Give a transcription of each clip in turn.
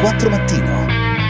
24 Mattino.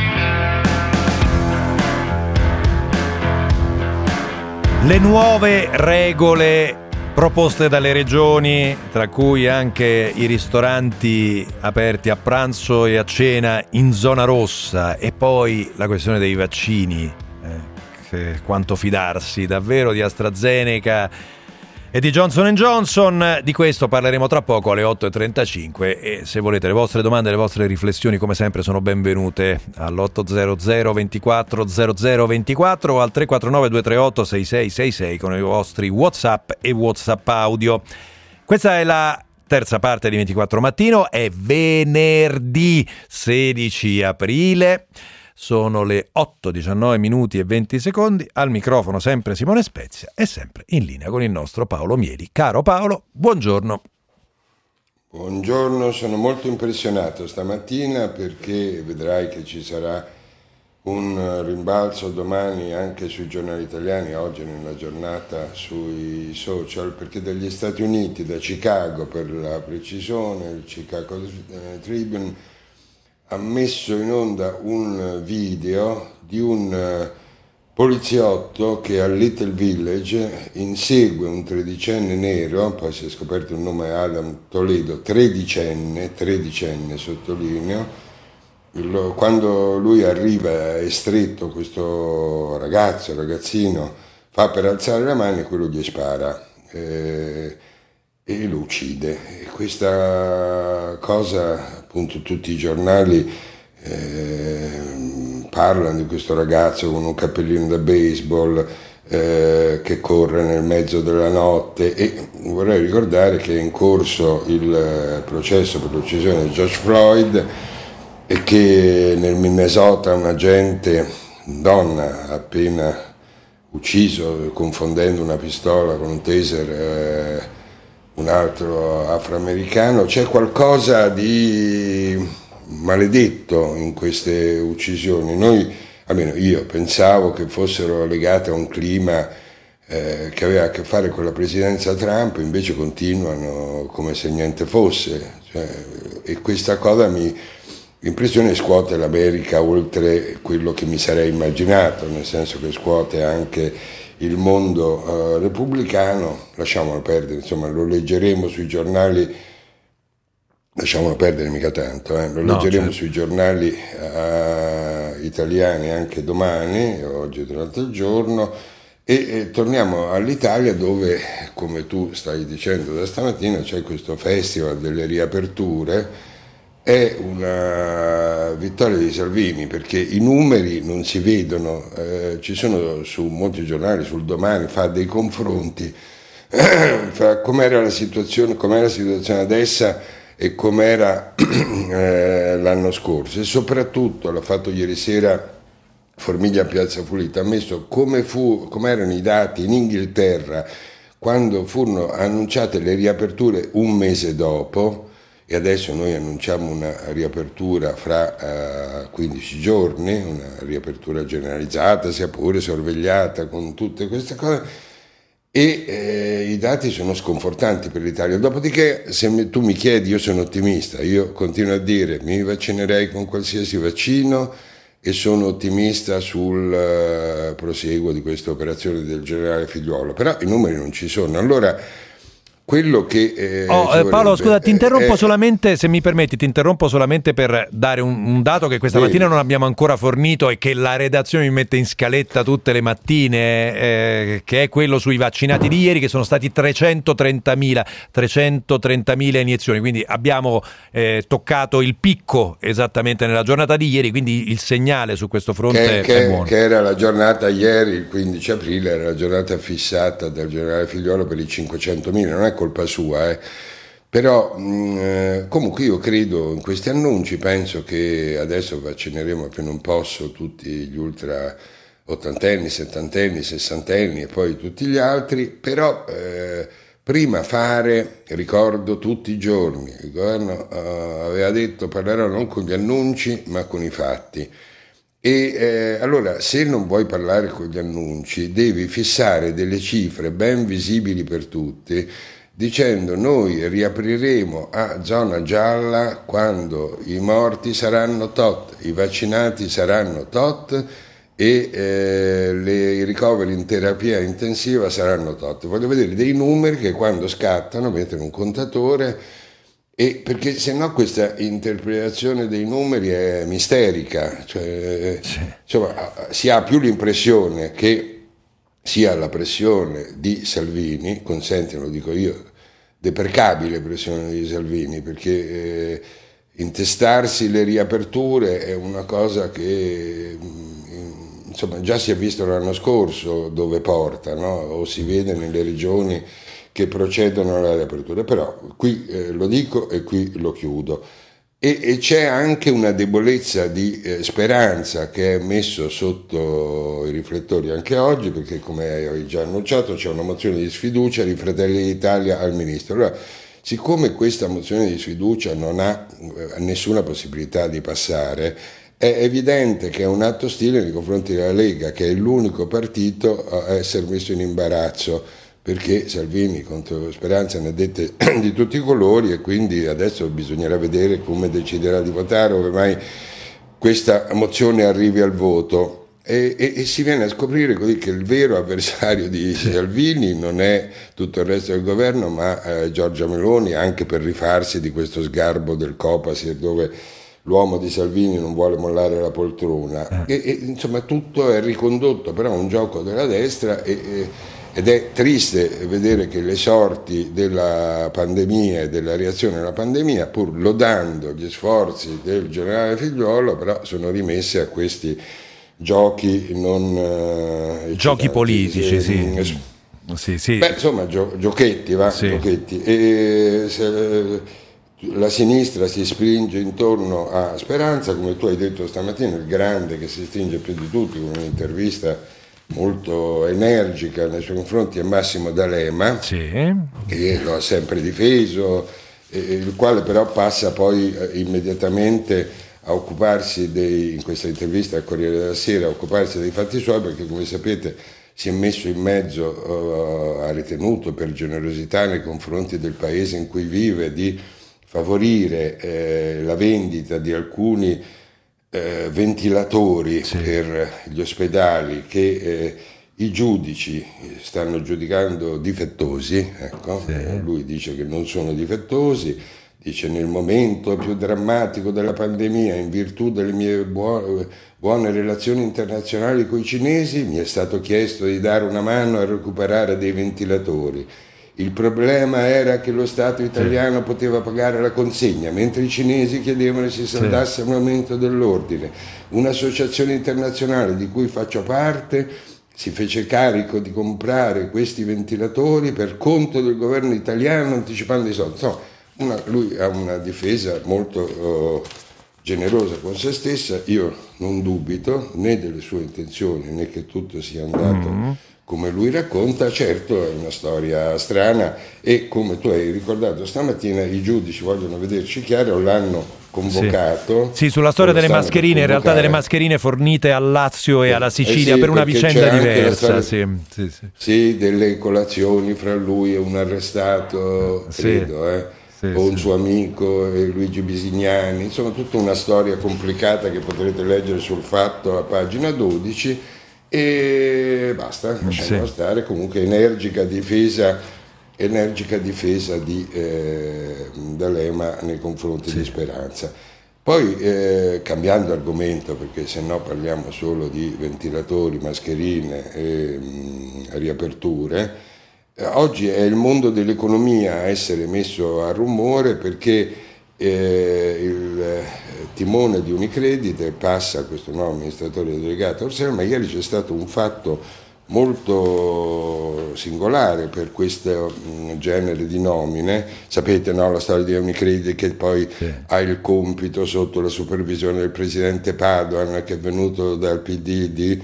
Le nuove regole proposte dalle regioni, tra cui anche i ristoranti aperti a pranzo e a cena in zona rossa, e poi la questione dei vaccini, quanto fidarsi davvero di AstraZeneca e di Johnson & Johnson. Di questo parleremo tra poco alle 8.35 e se volete le vostre domande, le vostre riflessioni come sempre sono benvenute all'800 24 00 24 o al 349 238 6666 con i vostri WhatsApp e WhatsApp audio. Questa è la terza parte di 24 Mattino, è venerdì 16 aprile. Sono le 8:19 minuti e 20 secondi. Al microfono sempre Simone Spezia e sempre in linea con il nostro Paolo Mieli. Caro Paolo, buongiorno. Buongiorno, sono molto impressionato stamattina perché vedrai che ci sarà un rimbalzo domani anche sui giornali italiani, oggi nella giornata sui social, perché dagli Stati Uniti, da Chicago per la precisione, il Chicago Tribune ha messo in onda un video di un poliziotto che a Little Village insegue un tredicenne nero, poi si è scoperto il nome Adam Toledo, tredicenne sottolineo. Quando lui arriva è stretto, questo ragazzino fa per alzare la mano e quello gli spara e lo uccide. E questa cosa, appunto, tutti i giornali parlano di questo ragazzo con un cappellino da baseball che corre nel mezzo della notte, e vorrei ricordare che è in corso il processo per l'uccisione di George Floyd e che nel Minnesota un agente, donna, ha appena ucciso confondendo una pistola con un taser un altro afroamericano. C'è qualcosa di maledetto in queste uccisioni. Almeno io pensavo che fossero legate a un clima che aveva a che fare con la presidenza Trump, invece continuano come se niente fosse. E questa cosa l'impressione scuote l'America oltre quello che mi sarei immaginato, nel senso che scuote anche il mondo repubblicano. Lasciamolo perdere, insomma, lo leggeremo sui giornali, lasciamolo perdere mica tanto, lo leggeremo sui giornali italiani anche domani, oggi durante il giorno, e torniamo all'Italia dove, come tu stai dicendo da stamattina, c'è questo festival delle riaperture. È una vittoria di Salvini perché i numeri non si vedono, ci sono su molti giornali, sul Domani fa dei confronti fra com'era la situazione adesso e com'era l'anno scorso, e soprattutto l'ha fatto ieri sera Formiglia a Piazza Pulita, ha messo come erano i dati in Inghilterra quando furono annunciate le riaperture un mese dopo. E adesso noi annunciamo una riapertura fra 15 giorni, una riapertura generalizzata, sia pure sorvegliata con tutte queste cose, e i dati sono sconfortanti per l'Italia. Dopodiché, se tu mi chiedi, io sono ottimista, io continuo a dire mi vaccinerei con qualsiasi vaccino e sono ottimista sul prosieguo di questa operazione del generale Figliuolo, però i numeri non ci sono. Allora, quello che Paolo, scusa, ti interrompo solamente, se mi permetti, per dare un dato che questa mattina non abbiamo ancora fornito e che la redazione mi mette in scaletta tutte le mattine, che è quello sui vaccinati di ieri, che sono stati 330.000 iniezioni, quindi abbiamo toccato il picco esattamente nella giornata di ieri, quindi il segnale su questo fronte è buono. Che era la giornata ieri, il 15 aprile, era la giornata fissata dal generale Figliuolo per i 500.000, non è colpa sua, però comunque io credo in questi annunci, penso che adesso vaccineremo più non posso tutti gli ultra ottantenni, settantenni, sessantenni e poi tutti gli altri, però prima ricordo tutti i giorni, il governo aveva detto parlerò non con gli annunci ma con i fatti. E allora, se non vuoi parlare con gli annunci, devi fissare delle cifre ben visibili per tutti dicendo noi riapriremo a zona gialla quando i morti saranno tot, i vaccinati saranno tot e i ricoveri in terapia intensiva saranno tot. Voglio vedere dei numeri che quando scattano mettono un contatore, e perché se no questa interpretazione dei numeri è misterica, cioè, insomma, si ha più l'impressione che sia la pressione di Salvini, consenti, lo dico io, deprecabile pressione di Salvini, perché intestarsi le riaperture è una cosa che insomma già si è visto l'anno scorso dove porta, no? O si vede nelle regioni che procedono alla riapertura, però qui lo dico e qui lo chiudo. E c'è anche una debolezza di speranza che è messo sotto i riflettori anche oggi, perché come hai già annunciato c'è una mozione di sfiducia di Fratelli d'Italia al Ministro. Allora, siccome questa mozione di sfiducia non ha nessuna possibilità di passare, è evidente che è un atto ostile nei confronti della Lega, che è l'unico partito a essere messo in imbarazzo, perché Salvini contro Speranza ne ha dette di tutti i colori, e quindi adesso bisognerà vedere come deciderà di votare, ove mai questa mozione arrivi al voto. E si viene a scoprire così che il vero avversario di Salvini non è tutto il resto del governo, ma Giorgia Meloni, anche per rifarsi di questo sgarbo del Copasir dove l'uomo di Salvini non vuole mollare la poltrona. E insomma tutto è ricondotto però a un gioco della destra, ed è triste vedere che le sorti della pandemia e della reazione alla pandemia, pur lodando gli sforzi del generale Figliuolo, però sono rimesse a questi giochi non giochi politici, sì. Beh, insomma, giochetti, va, sì. Giochetti. E la sinistra si stringe intorno a Speranza, come tu hai detto stamattina, il grande che si stringe più di tutti, con un'intervista molto energica nei suoi confronti è Massimo D'Alema, che lo ha sempre difeso, il quale però passa poi immediatamente a occuparsi in questa intervista al Corriere della Sera, a occuparsi dei fatti suoi, perché come sapete si è messo in mezzo, ha ritenuto per generosità nei confronti del paese in cui vive di favorire la vendita di alcuni ventilatori per gli ospedali che i giudici stanno giudicando difettosi, ecco. Lui dice che non sono difettosi, dice nel momento più drammatico della pandemia, in virtù delle mie buone relazioni internazionali con i cinesi, mi è stato chiesto di dare una mano a recuperare dei ventilatori. Il problema era che lo Stato italiano poteva pagare la consegna, mentre i cinesi chiedevano se si saldasse un aumento dell'ordine. Un'associazione internazionale di cui faccio parte si fece carico di comprare questi ventilatori per conto del governo italiano, anticipando i soldi. Insomma, lui ha una difesa molto generosa con se stessa. Io non dubito né delle sue intenzioni né che tutto sia andato come lui racconta. Certo è una storia strana, e come tu hai ricordato stamattina i giudici vogliono vederci chiaro, l'hanno convocato. Sì, sulla storia delle mascherine, in realtà delle mascherine fornite al Lazio e alla Sicilia per una vicenda diversa. Sì, delle colazioni fra lui e un arrestato, credo, o un suo amico, Luigi Bisignani, insomma tutta una storia complicata che potrete leggere sul Fatto a pagina 12. E basta, lasciamo stare. Comunque energica difesa di D'Alema nei confronti di Speranza. Poi cambiando argomento, perché se no parliamo solo di ventilatori, mascherine e riaperture, oggi è il mondo dell'economia a essere messo a rumore, perché il timone di Unicredit passa a questo nuovo amministratore delegato Orsero, ma ieri c'è stato un fatto molto singolare per questo genere di nomine. Sapete, no, la storia di Unicredit che poi ha il compito, sotto la supervisione del presidente Padoan, che è venuto dal PD, di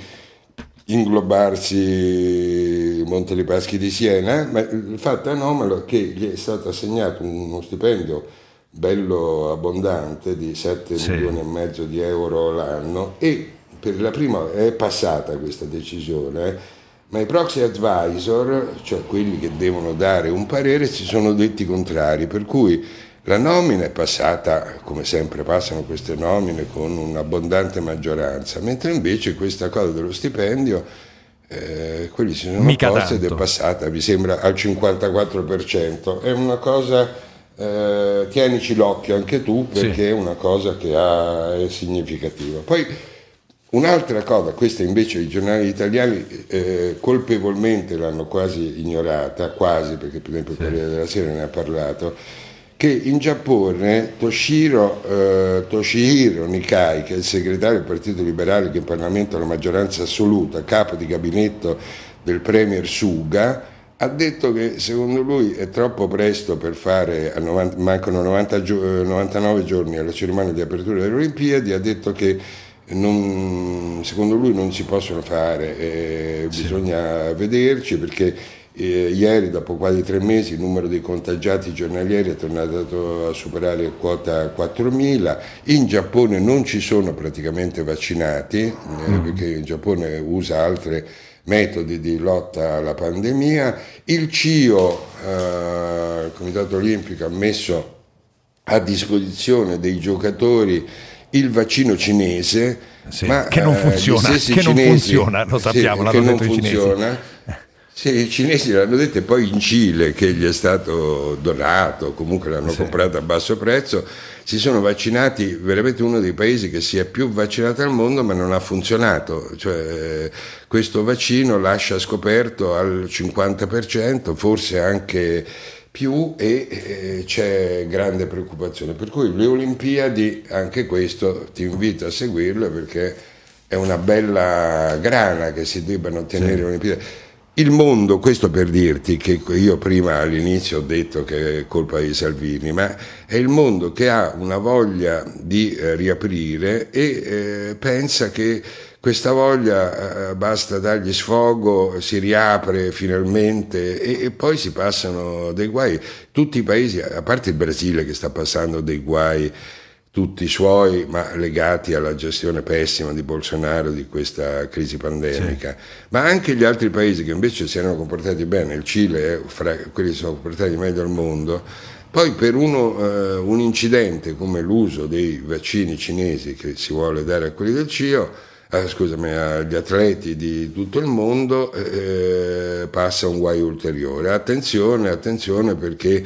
inglobarsi Monte dei Paschi di Siena, ma il fatto anomalo è che gli è stato assegnato uno stipendio bello abbondante di 7 milioni e mezzo di euro l'anno, e per la prima è passata questa decisione, Ma i proxy advisor, cioè quelli che devono dare un parere, si sono detti contrari, per cui la nomina è passata, come sempre passano queste nomine, con un'abbondante maggioranza, mentre invece questa cosa dello stipendio, quelli si sono opposti ed è passata, mi sembra, al 54%. È una cosa, tienici l'occhio anche tu, perché è una cosa che è significativa. Poi un'altra cosa, questa invece i giornali italiani colpevolmente l'hanno quasi ignorata, quasi, perché per esempio il Corriere della Sera ne ha parlato, che in Giappone Toshihiro Nikai, che è il segretario del Partito Liberale che in Parlamento ha la maggioranza assoluta, capo di gabinetto del premier Suga, ha detto che secondo lui è troppo presto per fare, mancano 99 giorni alla cerimonia di apertura delle Olimpiadi, ha detto che secondo lui non si possono fare, bisogna vederci, perché ieri, dopo quasi 3 mesi, il numero dei contagiati giornalieri è tornato a superare quota 4.000. In Giappone non ci sono praticamente vaccinati, perché il Giappone usa altri metodi di lotta alla pandemia. Il CIO, il Comitato Olimpico, ha messo a disposizione dei giocatori il vaccino cinese, ma che non funziona, lo sappiamo, l'hanno detto i cinesi. Sì, i cinesi l'hanno detto, e poi in Cile, che gli è stato donato, comunque l'hanno comprato a basso prezzo, si sono vaccinati, veramente uno dei paesi che si è più vaccinato al mondo, ma non ha funzionato, cioè questo vaccino lascia scoperto al 50%, forse anche più, e c'è grande preoccupazione, per cui le Olimpiadi, anche questo ti invito a seguirlo, perché è una bella grana che si debbano tenere le Olimpiadi. Il mondo, questo per dirti che io prima all'inizio ho detto che è colpa di Salvini, ma è il mondo che ha una voglia di riaprire e pensa che questa voglia basta dargli sfogo, si riapre finalmente e poi si passano dei guai. Tutti i paesi, a parte il Brasile che sta passando dei guai tutti suoi, ma legati alla gestione pessima di Bolsonaro di questa crisi pandemica, ma anche gli altri paesi che invece si erano comportati bene, il Cile è fra quelli che si sono comportati meglio al mondo. Poi per un incidente come l'uso dei vaccini cinesi che si vuole dare a quelli del CIO, agli atleti di tutto il mondo, passa un guaio ulteriore. Attenzione perché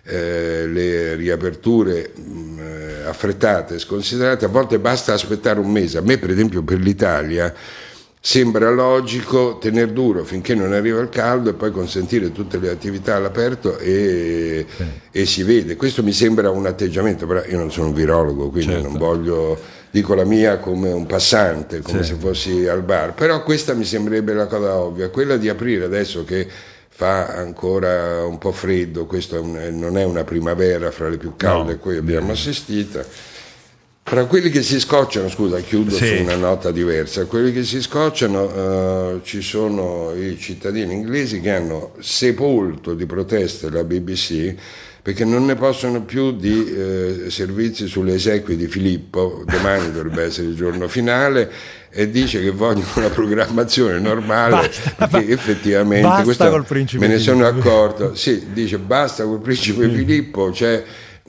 le riaperture affrettate, sconsiderate, a volte basta aspettare un mese. A me, per esempio, per l'Italia sembra logico tenere duro finché non arriva il caldo e poi consentire tutte le attività all'aperto e si vede. Questo mi sembra un atteggiamento, però io non sono un virologo, quindi non voglio, dico la mia come un passante, come se fossi al bar, però questa mi sembrerebbe la cosa ovvia, quella di aprire adesso che fa ancora un po' freddo, questo non è una primavera fra le più calde a cui abbiamo assistito. Fra quelli che si scocciano, chiudo su una nota diversa, quelli che si scocciano ci sono i cittadini inglesi che hanno sepolto di proteste la BBC perché non ne possono più di servizi sulle esequie di Filippo. Domani dovrebbe essere il giorno finale e dice che vogliono una programmazione normale, perché effettivamente basta col principe me ne Filippo. sono accorto, dice basta col principe Filippo, c'è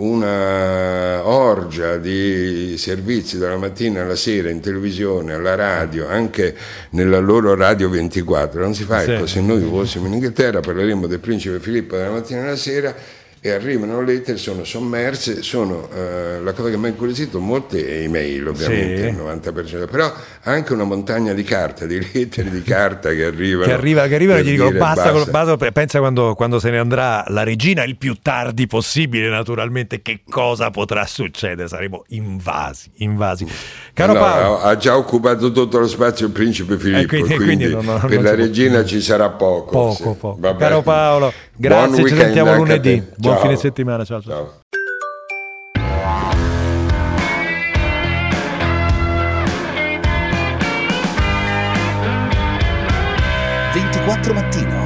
una orgia di servizi dalla mattina alla sera in televisione, alla radio, anche nella loro Radio 24, non si fa, ecco, se noi fossimo in Inghilterra parleremmo del principe Filippo dalla mattina alla sera, e arrivano lettere, sono sommerse, sono la cosa che mi ha incuriosito, molte email ovviamente, il 90%, però anche una montagna di carta, di lettere di carta che arrivano e gli dicono basta. Pensa quando se ne andrà la regina il più tardi possibile, naturalmente, che cosa potrà succedere? Saremo invasi. Caro Paolo, ha già occupato tutto lo spazio il principe Filippo, quindi per la regina ci sarà poco. Caro Paolo, grazie, ci sentiamo lunedì. Buon fine settimana, ciao. 24 Mattino.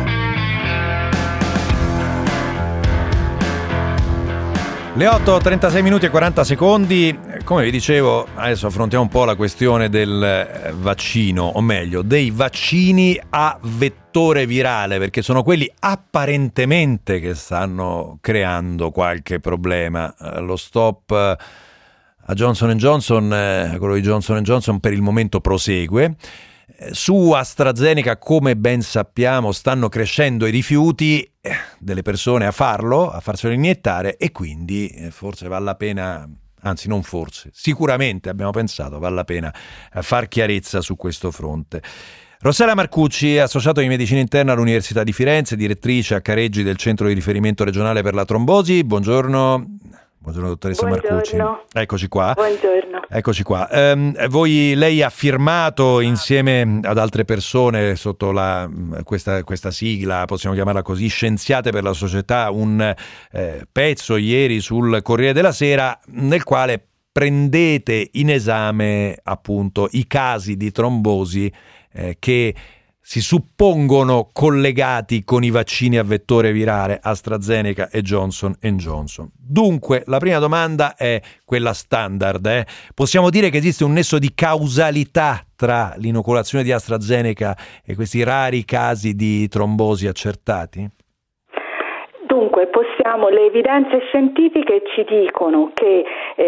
Le 8:36 minuti e 40 secondi. Come vi dicevo, adesso affrontiamo un po' la questione del vaccino, o meglio, dei vaccini a vettore virale, perché sono quelli apparentemente che stanno creando qualche problema. Lo stop a Johnson & Johnson, quello di Johnson & Johnson per il momento prosegue. Su AstraZeneca, come ben sappiamo, stanno crescendo i rifiuti delle persone a farselo iniettare, e quindi forse vale la pena, anzi non forse, sicuramente abbiamo pensato vale la pena far chiarezza su questo fronte. Rossella Marcucci, associato di medicina interna all'Università di Firenze, direttrice a Careggi del centro di riferimento regionale per la trombosi. Buongiorno dottoressa Marcucci. Eccoci qua. Buongiorno. Eccoci qua. Lei ha firmato insieme ad altre persone sotto questa sigla, possiamo chiamarla così, Scienziate per la Società, un pezzo ieri sul Corriere della Sera nel quale prendete in esame appunto i casi di trombosi che si suppongono collegati con i vaccini a vettore virale AstraZeneca e Johnson & Johnson. Dunque, la prima domanda è quella standard. Possiamo dire che esiste un nesso di causalità tra l'inoculazione di AstraZeneca e questi rari casi di trombosi accertati? Dunque, le evidenze scientifiche ci dicono che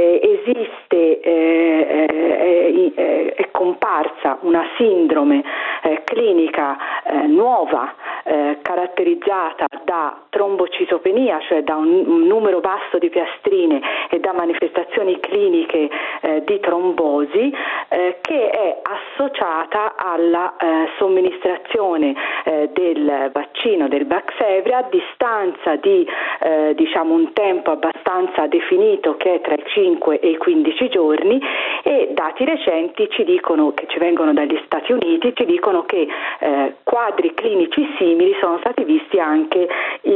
è comparsa una sindrome clinica nuova caratterizzata da trombocitopenia, cioè da un numero basso di piastrine e da manifestazioni cliniche di trombosi, che è associata alla somministrazione del vaccino del Vaxzevria a distanza di un tempo abbastanza definito, che è tra i 5 e i 15 giorni, e dati recenti ci dicono, che ci vengono dagli Stati Uniti, ci dicono che quadri clinici simili sono stati visti anche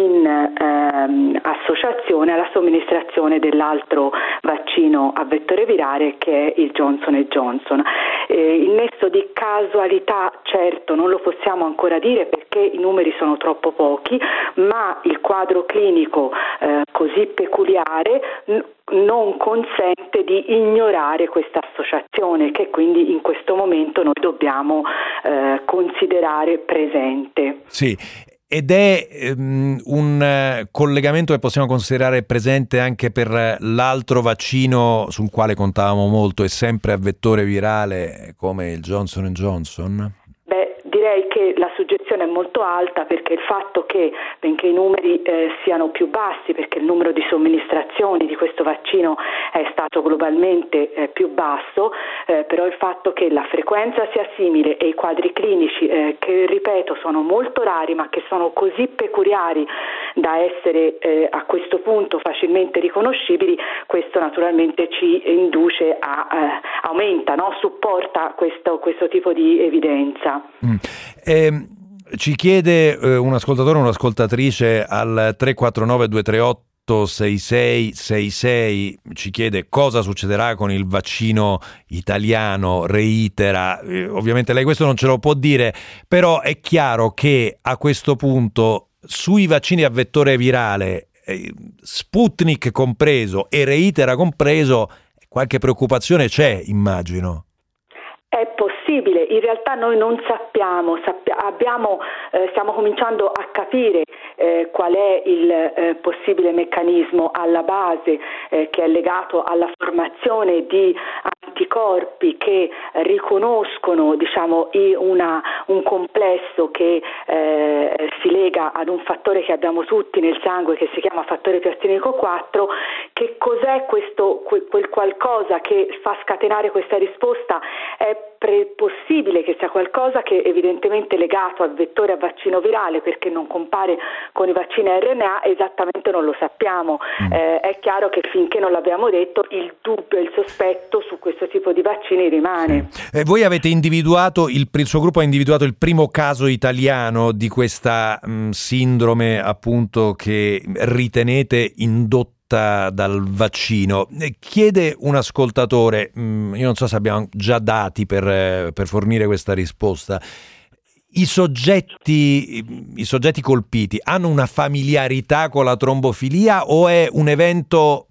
in associazione alla somministrazione dell'altro vaccino a vettore virale, che è il Johnson & Johnson. Il nesso di casualità certo non lo possiamo ancora dire, perché i numeri sono troppo pochi, ma il quadro clinico così peculiare non consente di ignorare questa associazione, che quindi in questo momento noi dobbiamo considerare presente. Sì. Ed è un collegamento che possiamo considerare presente anche per l'altro vaccino sul quale contavamo molto, e sempre a vettore virale, come il Johnson & Johnson? Direi che la suggezione è molto alta, perché il fatto che, benché i numeri siano più bassi, perché il numero di somministrazioni di questo vaccino è stato globalmente più basso, però il fatto che la frequenza sia simile e i quadri clinici, che ripeto sono molto rari ma che sono così peculiari da essere a questo punto facilmente riconoscibili, questo naturalmente ci induce aumenta, supporta questo tipo di evidenza. Ci chiede un ascoltatore o un'ascoltatrice al 349 238 6666, ci chiede cosa succederà con il vaccino italiano, reitera. Ovviamente lei questo non ce lo può dire, però è chiaro che a questo punto sui vaccini a vettore virale, Sputnik compreso e reitera compreso, qualche preoccupazione c'è, immagino. È possibile, in realtà noi non sappiamo, stiamo cominciando a capire qual è il possibile meccanismo alla base, che è legato alla formazione di anticorpi che riconoscono un complesso che si lega ad un fattore che abbiamo tutti nel sangue, che si chiama fattore piastrinico 4. Che cos'è quel qualcosa che fa scatenare questa risposta? È possibile che sia qualcosa che evidentemente è legato al vettore a vaccino virale, perché non compare con i vaccini RNA, esattamente non lo sappiamo. È chiaro che finché non l'abbiamo detto, il dubbio e il sospetto su questo tipo di vaccini rimane. Voi avete individuato, il suo gruppo ha individuato il primo caso italiano di questa sindrome, appunto, che ritenete indotta dal vaccino. Chiede un ascoltatore, io non so se abbiamo già dati per fornire questa risposta, I soggetti colpiti hanno una familiarità con la trombofilia o è un evento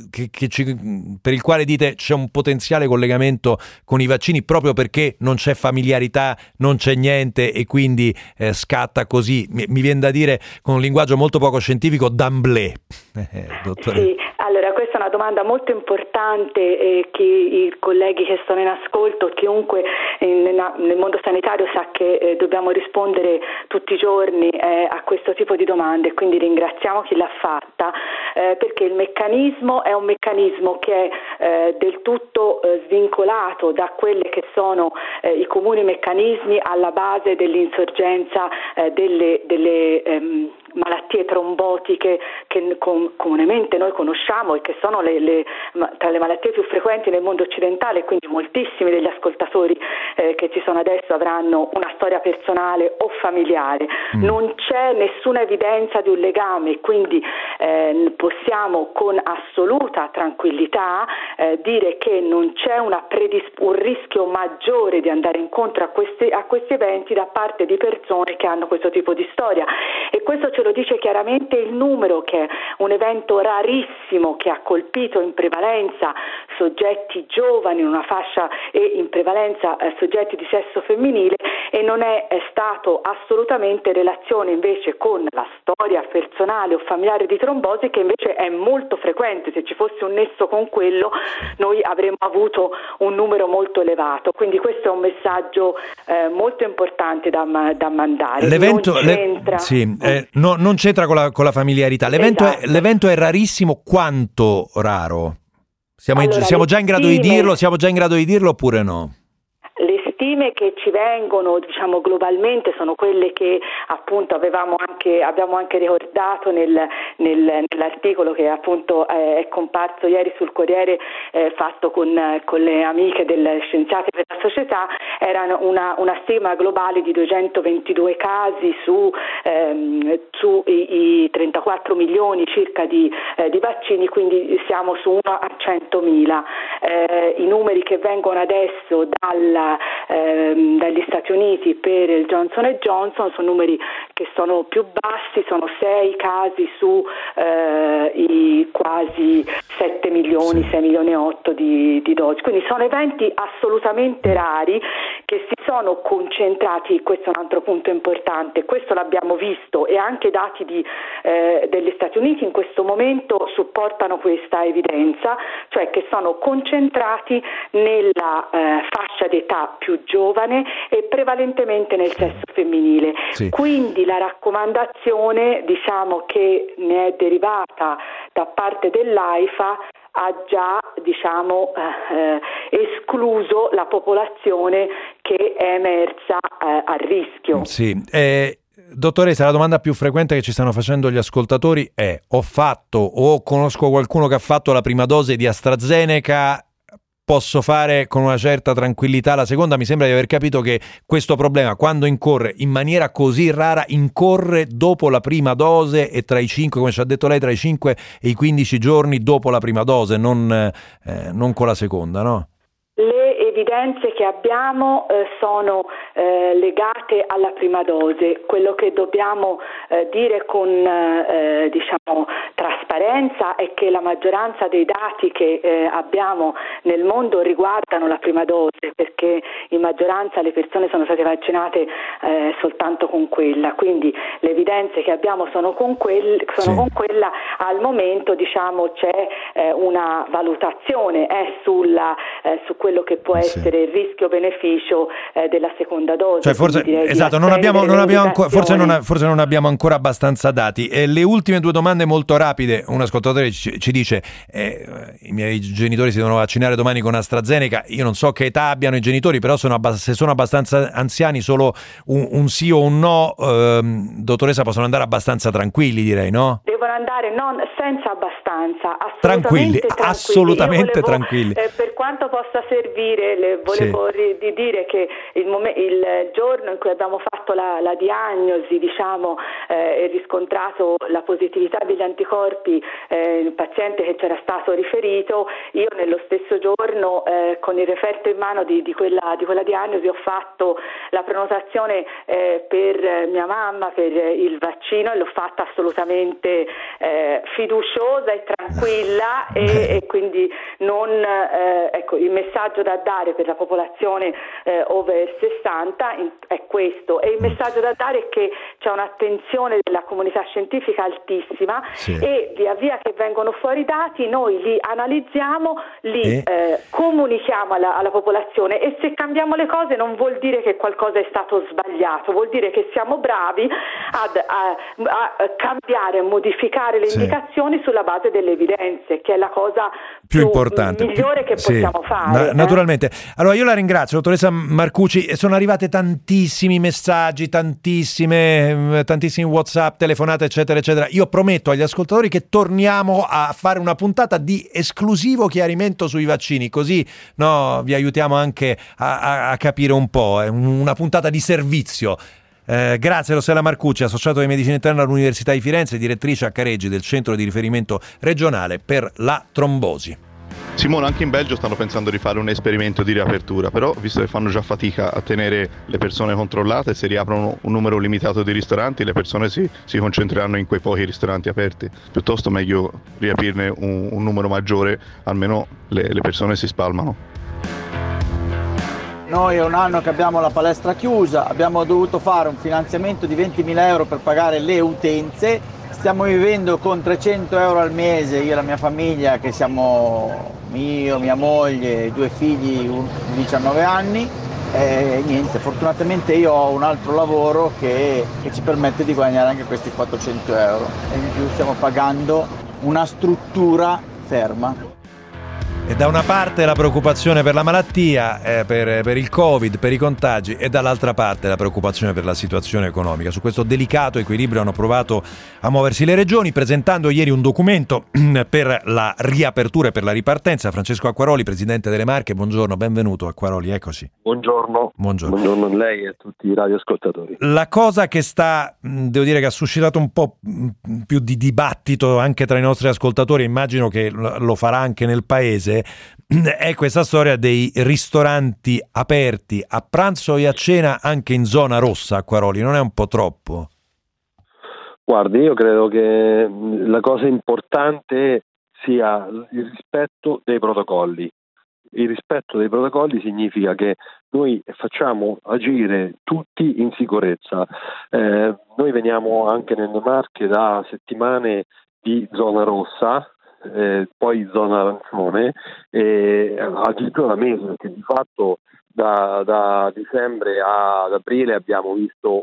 per il quale dite c'è un potenziale collegamento con i vaccini proprio perché non c'è familiarità, non c'è niente e quindi scatta così, mi viene da dire con un linguaggio molto poco scientifico, d'emblée, dottore? Sì, allora questa è una domanda molto importante che i colleghi che sono in ascolto, chiunque nel mondo sanitario sa che dobbiamo rispondere tutti i giorni a questo tipo di domande, quindi ringraziamo chi l'ha fatta perché il meccanismo è un meccanismo che è del tutto svincolato da quelli che sono i comuni meccanismi alla base dell'insorgenza delle malattie trombotiche che comunemente noi conosciamo e che sono tra le malattie più frequenti nel mondo occidentale, quindi moltissimi degli ascoltatori che ci sono adesso avranno una storia personale o familiare. Non c'è nessuna evidenza di un legame, quindi possiamo con assoluta tranquillità dire che non c'è un rischio maggiore di andare incontro a questi eventi da parte di persone che hanno questo tipo di storia, e questo ce lo dice chiaramente il numero, che è un evento rarissimo che ha colpito in prevalenza soggetti giovani in una fascia e in prevalenza soggetti di sesso femminile, e non è stato assolutamente in relazione invece con la storia personale o familiare di trombosi, che invece è molto frequente. Se ci fosse un nesso con quello noi avremmo avuto un numero molto elevato, quindi questo è un messaggio molto importante da mandare. L'evento non c'entra con la familiarità. L'evento è rarissimo. Quanto raro? Siamo già in grado di dirlo? Siamo già in grado di dirlo oppure no? Le stime che ci vengono, diciamo, globalmente sono quelle che appunto abbiamo anche ricordato nell'articolo che appunto è comparso ieri sul Corriere, fatto con le amiche delle Scienziate per la Società. Erano una stima globale di 222 casi su i 34 milioni circa di vaccini, quindi siamo su 1 a 100.000. I numeri che vengono adesso dagli Stati Uniti per il Johnson & Johnson sono numeri che sono più bassi, sono 6 casi su i quasi 7 milioni, 6 milioni e 8 di dosi, quindi sono eventi assolutamente rari che si sono concentrati. Questo è un altro punto importante, questo l'abbiamo visto, e anche i dati degli Stati Uniti in questo momento supportano questa evidenza, cioè che sono concentrati nella fascia d'età più giovane e prevalentemente nel sesso femminile. Quindi la raccomandazione, diciamo, che ne è derivata da parte dell'AIFA ha già, diciamo, escluso la popolazione che è emersa a rischio. Sì. Dottoressa, la domanda più frequente che ci stanno facendo gli ascoltatori è: ho fatto o conosco qualcuno che ha fatto la prima dose di AstraZeneca, posso fare con una certa tranquillità la seconda? Mi sembra di aver capito che questo problema, quando incorre in maniera così rara, incorre dopo la prima dose e tra i 5, come ci ha detto lei, tra i 5 e i 15 giorni dopo la prima dose, non con la seconda, no? Le evidenze che abbiamo sono legate alla prima dose. Quello che dobbiamo dire con diciamo trasparenza è che la maggioranza dei dati che abbiamo nel mondo riguardano la prima dose, perché in maggioranza le persone sono state vaccinate soltanto con quella, quindi le evidenze che abbiamo sono con con quella. Al momento, diciamo, c'è una valutazione su quello che può essere il rischio-beneficio della seconda dose. Cioè forse non abbiamo ancora abbastanza dati. Le ultime 2 domande molto rapide. Un ascoltatore ci dice: i miei genitori si devono vaccinare domani con AstraZeneca. Io non so che età abbiano i genitori, però se sono abbastanza anziani, solo un sì o un no, dottoressa, possono andare abbastanza tranquilli, direi, no? Devono andare senza abbastanza, assolutamente tranquilli. Per quanto possa servire, volevo dire che il giorno in cui abbiamo fatto fatto la diagnosi, diciamo, e riscontrato la positività degli anticorpi il paziente che c'era stato riferito, io nello stesso giorno con il referto in mano di quella diagnosi ho fatto la prenotazione per mia mamma per il vaccino, e l'ho fatta assolutamente fiduciosa e tranquilla, e quindi non ecco, il messaggio da dare per la popolazione over 60 è questo, e il messaggio da dare è che c'è un'attenzione della comunità scientifica altissima, sì. E via via che vengono fuori i dati noi li analizziamo, li comunichiamo alla popolazione, e se cambiamo le cose non vuol dire che qualcosa è stato sbagliato, vuol dire che siamo bravi a cambiare, a modificare le indicazioni sulla base delle evidenze, che è la cosa più importante, migliore che possiamo fare. Naturalmente. Allora io la ringrazio, dottoressa Marcucci. Sono arrivate tantissimi messaggi, tantissimi WhatsApp, telefonate, eccetera eccetera. Io prometto agli ascoltatori che torniamo a fare una puntata di esclusivo chiarimento sui vaccini, così vi aiutiamo anche a capire un po', è una puntata di servizio. Grazie Rossella Marcucci, associato di medicina interna all'Università di Firenze, direttrice a Careggi del centro di riferimento regionale per la trombosi. Simone, anche in Belgio stanno pensando di fare un esperimento di riapertura, però visto che fanno già fatica a tenere le persone controllate, se riaprono un numero limitato di ristoranti le persone si concentreranno in quei pochi ristoranti aperti. Piuttosto meglio riaprirne un numero maggiore, almeno le persone si spalmano. Noi è un anno che abbiamo la palestra chiusa, abbiamo dovuto fare un finanziamento di 20.000 euro per pagare le utenze, stiamo vivendo con 300 euro al mese, io e la mia famiglia, che siamo io, mia moglie, 2 figli di 19 anni, e niente, fortunatamente io ho un altro lavoro che ci permette di guadagnare anche questi 400 euro, e in più stiamo pagando una struttura ferma. E da una parte la preoccupazione per la malattia, per il Covid, per i contagi, e dall'altra parte la preoccupazione per la situazione economica. Su questo delicato equilibrio hanno provato a muoversi le regioni, presentando ieri un documento per la riapertura e per la ripartenza. Francesco Acquaroli, presidente delle Marche, buongiorno, benvenuto Acquaroli, eccoci. Buongiorno a lei e a tutti i radioascoltatori. La cosa che devo dire che ha suscitato un po' più di dibattito anche tra i nostri ascoltatori, immagino che lo farà anche nel paese, è questa storia dei ristoranti aperti a pranzo e a cena anche in zona rossa. Acquaroli, non è un po' troppo? Guardi, io credo che la cosa importante sia il rispetto dei protocolli. Il rispetto dei protocolli significa che noi facciamo agire tutti in sicurezza. Noi veniamo anche nelle Marche da settimane di zona rossa, poi zona arancione, e addirittura da mesi, perché di fatto da dicembre ad aprile abbiamo visto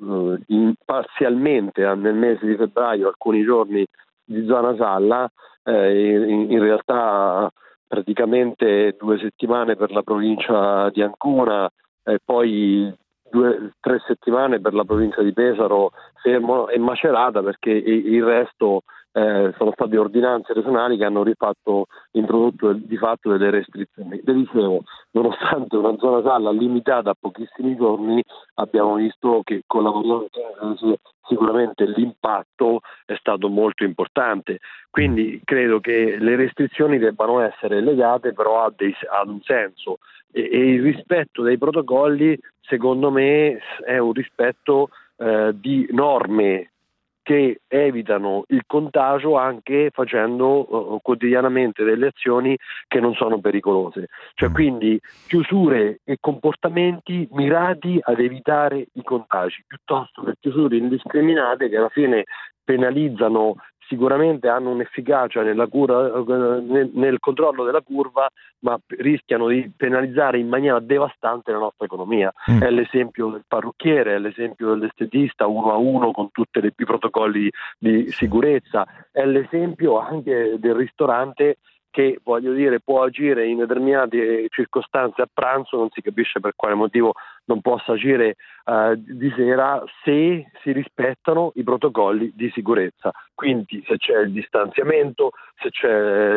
parzialmente nel mese di febbraio alcuni giorni di zona gialla, in realtà praticamente 2 settimane per la provincia di Ancona, e poi 2-3 settimane per la provincia di Pesaro, Fermo e Macerata, perché il resto sono state ordinanze regionali che hanno introdotto di fatto delle restrizioni. Le dicevo, nonostante una zona gialla limitata a pochissimi giorni, abbiamo visto che con la variante sicuramente l'impatto è stato molto importante. Quindi credo che le restrizioni debbano essere legate però ad un senso, e il rispetto dei protocolli secondo me è un rispetto di norme che evitano il contagio, anche facendo quotidianamente delle azioni che non sono pericolose. Cioè, quindi chiusure e comportamenti mirati ad evitare i contagi, piuttosto che chiusure indiscriminate che alla fine penalizzano, sicuramente hanno un'efficacia nella cura, nel controllo della curva, ma rischiano di penalizzare in maniera devastante la nostra economia. È l'esempio del parrucchiere, è l'esempio dell'estetista 1 a 1 con tutti i protocolli di sicurezza, è l'esempio anche del ristorante che, voglio dire, può agire in determinate circostanze a pranzo, non si capisce per quale motivo non possa agire di sera se si rispettano i protocolli di sicurezza. Quindi se c'è il distanziamento, se c'è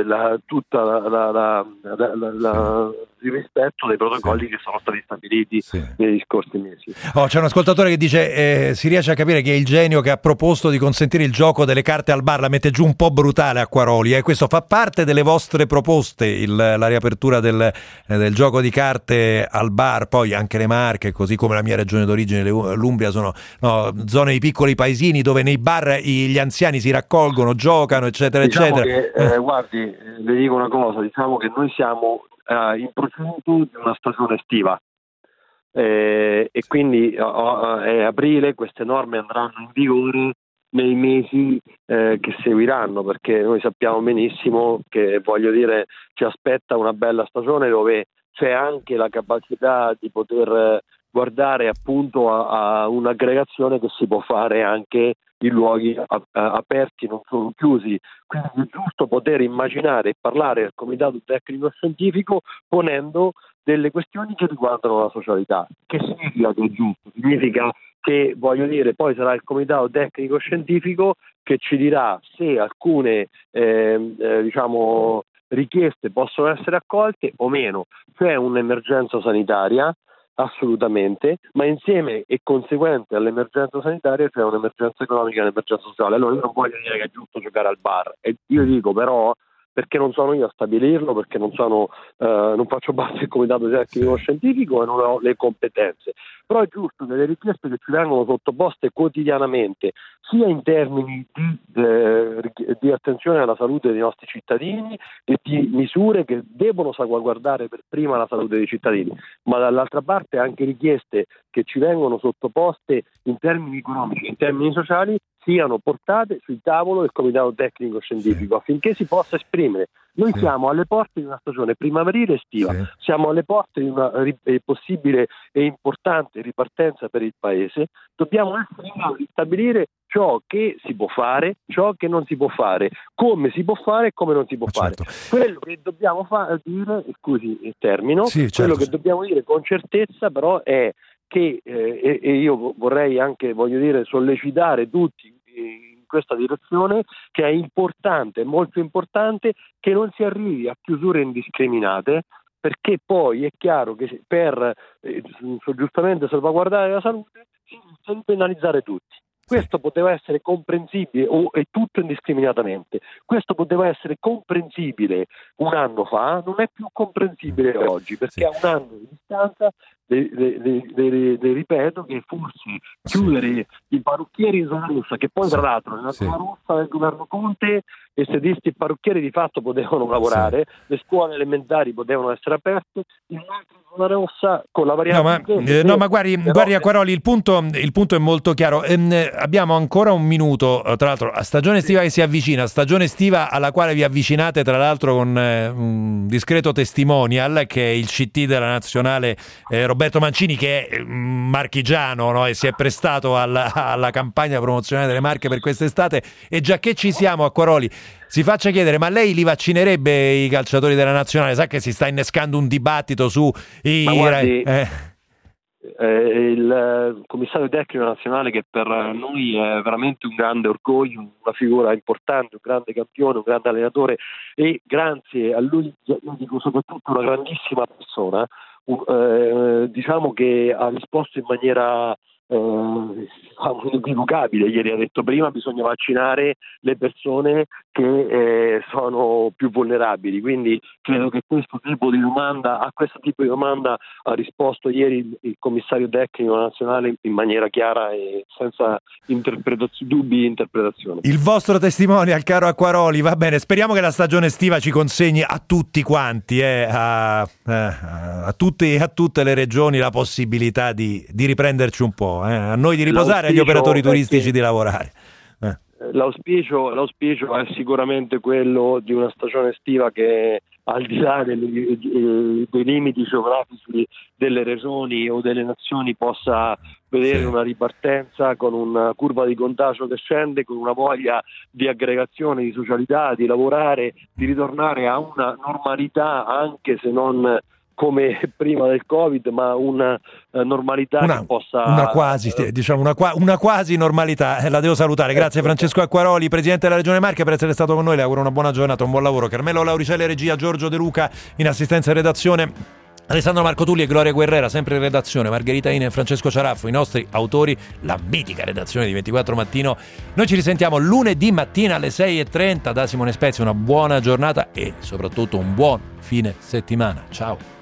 il rispetto dei protocolli che sono stati stabiliti negli scorsi mesi. C'è un ascoltatore che dice si riesce a capire che è il genio che ha proposto di consentire il gioco delle carte al bar, la mette giù un po' brutale Acquaroli, questo fa parte delle vostre proposte, la riapertura del gioco di carte al bar. Poi anche le Marche, così come la mia regione d'origine, l'Umbria, sono zone di piccoli paesini dove nei bar gli anziani si raccolgono, giocano, eccetera, diciamo eccetera. Che, guardi, le dico una cosa, diciamo che noi siamo in procinto di una stagione estiva e quindi è aprile, queste norme andranno in vigore nei mesi che seguiranno, perché noi sappiamo benissimo che, voglio dire, ci aspetta una bella stagione dove c'è anche la capacità di poter guardare appunto a un'aggregazione che si può fare anche in luoghi aperti, non solo chiusi. Quindi è giusto poter immaginare e parlare al comitato tecnico scientifico ponendo delle questioni che riguardano la socialità. Che significa che è giusto? Significa che, voglio dire, poi sarà il comitato tecnico scientifico che ci dirà se alcune richieste possono essere accolte o meno. C'è un'emergenza sanitaria, assolutamente, ma insieme e conseguente all'emergenza sanitaria c'è un'emergenza economica e un'emergenza sociale. Allora io non voglio dire che è giusto giocare al bar, e io dico però, perché non sono io a stabilirlo, perché non faccio parte del comitato tecnico scientifico e non ho le competenze, però è giusto che le richieste che ci vengono sottoposte quotidianamente, sia in termini di attenzione alla salute dei nostri cittadini e di misure che devono salvaguardare per prima la salute dei cittadini, ma dall'altra parte anche richieste che ci vengono sottoposte in termini economici, in termini sociali, siano portate sul tavolo del comitato tecnico scientifico affinché si possa esprimere. Noi siamo alle porte di una stagione primaverile estiva, siamo alle porte di una possibile e importante ripartenza per il Paese. Dobbiamo essere in grado di stabilire ciò che si può fare, ciò che non si può fare, come si può fare e come non si può fare. Quello che dobbiamo dire, scusi, termino, quello che dobbiamo dire con certezza però è che e io vorrei anche, sollecitare tutti in questa direzione, che è importante, molto importante, che non si arrivi a chiusure indiscriminate, perché poi è chiaro che per giustamente salvaguardare la salute si deve penalizzare tutti. Questo poteva essere comprensibile, e tutto indiscriminatamente. Questo poteva essere comprensibile un anno fa, non è più comprensibile oggi, perché a un anno di distanza ripeto che forse chiudere i parrucchieri in zona rossa, che poi tra l'altro nella zona rossa del governo Conte i stedisti e parrucchieri di fatto potevano lavorare, le scuole elementari potevano essere aperte, in un'altra zona rossa con la variante ma guardi Acquaroli, il punto è molto chiaro. Abbiamo ancora un minuto, tra l'altro a stagione estiva che si avvicina, stagione estiva alla quale vi avvicinate tra l'altro con un discreto testimonial che è il CT della nazionale Roberto Mancini, che è marchigiano, no? E si è prestato alla campagna promozionale delle Marche per quest'estate. E già che ci siamo, Acquaroli, si faccia chiedere, ma lei li vaccinerebbe i calciatori della nazionale? Sa che si sta innescando un dibattito su il commissario tecnico nazionale, che per noi è veramente un grande orgoglio, una figura importante, un grande campione, un grande allenatore, e grazie a lui, io dico soprattutto una grandissima persona, diciamo che ha risposto in maniera inequivocabile. Ieri ha detto: prima bisogna vaccinare le persone che sono più vulnerabili, quindi credo che a questo tipo di domanda ha risposto ieri il commissario tecnico nazionale in maniera chiara e senza dubbi di interpretazione. Il vostro testimonial, caro Acquaroli, va bene, speriamo che la stagione estiva ci consegni a tutti quanti, a tutte le regioni, la possibilità di riprenderci un po', a noi di riposare, agli operatori turistici di lavorare. L'auspicio è sicuramente quello di una stagione estiva che, al di là dei limiti geografici delle regioni o delle nazioni, possa vedere una ripartenza con una curva di contagio che scende, con una voglia di aggregazione, di socialità, di lavorare, di ritornare a una normalità, anche se non come prima del Covid, ma una normalità che possa... Una quasi, diciamo una quasi normalità. La devo salutare. Grazie Francesco Acquaroli, Presidente della Regione Marche, per essere stato con noi. Le auguro una buona giornata, un buon lavoro. Carmelo Lauricelli, regia, Giorgio De Luca in assistenza e redazione, Alessandro Marco Tulli e Gloria Guerrera sempre in redazione, Margherita Ine e Francesco Ciaraffo, i nostri autori, la mitica redazione di 24 Mattino. Noi ci risentiamo lunedì mattina alle 6:30 da Simone Spezia. Una buona giornata e soprattutto un buon fine settimana. Ciao.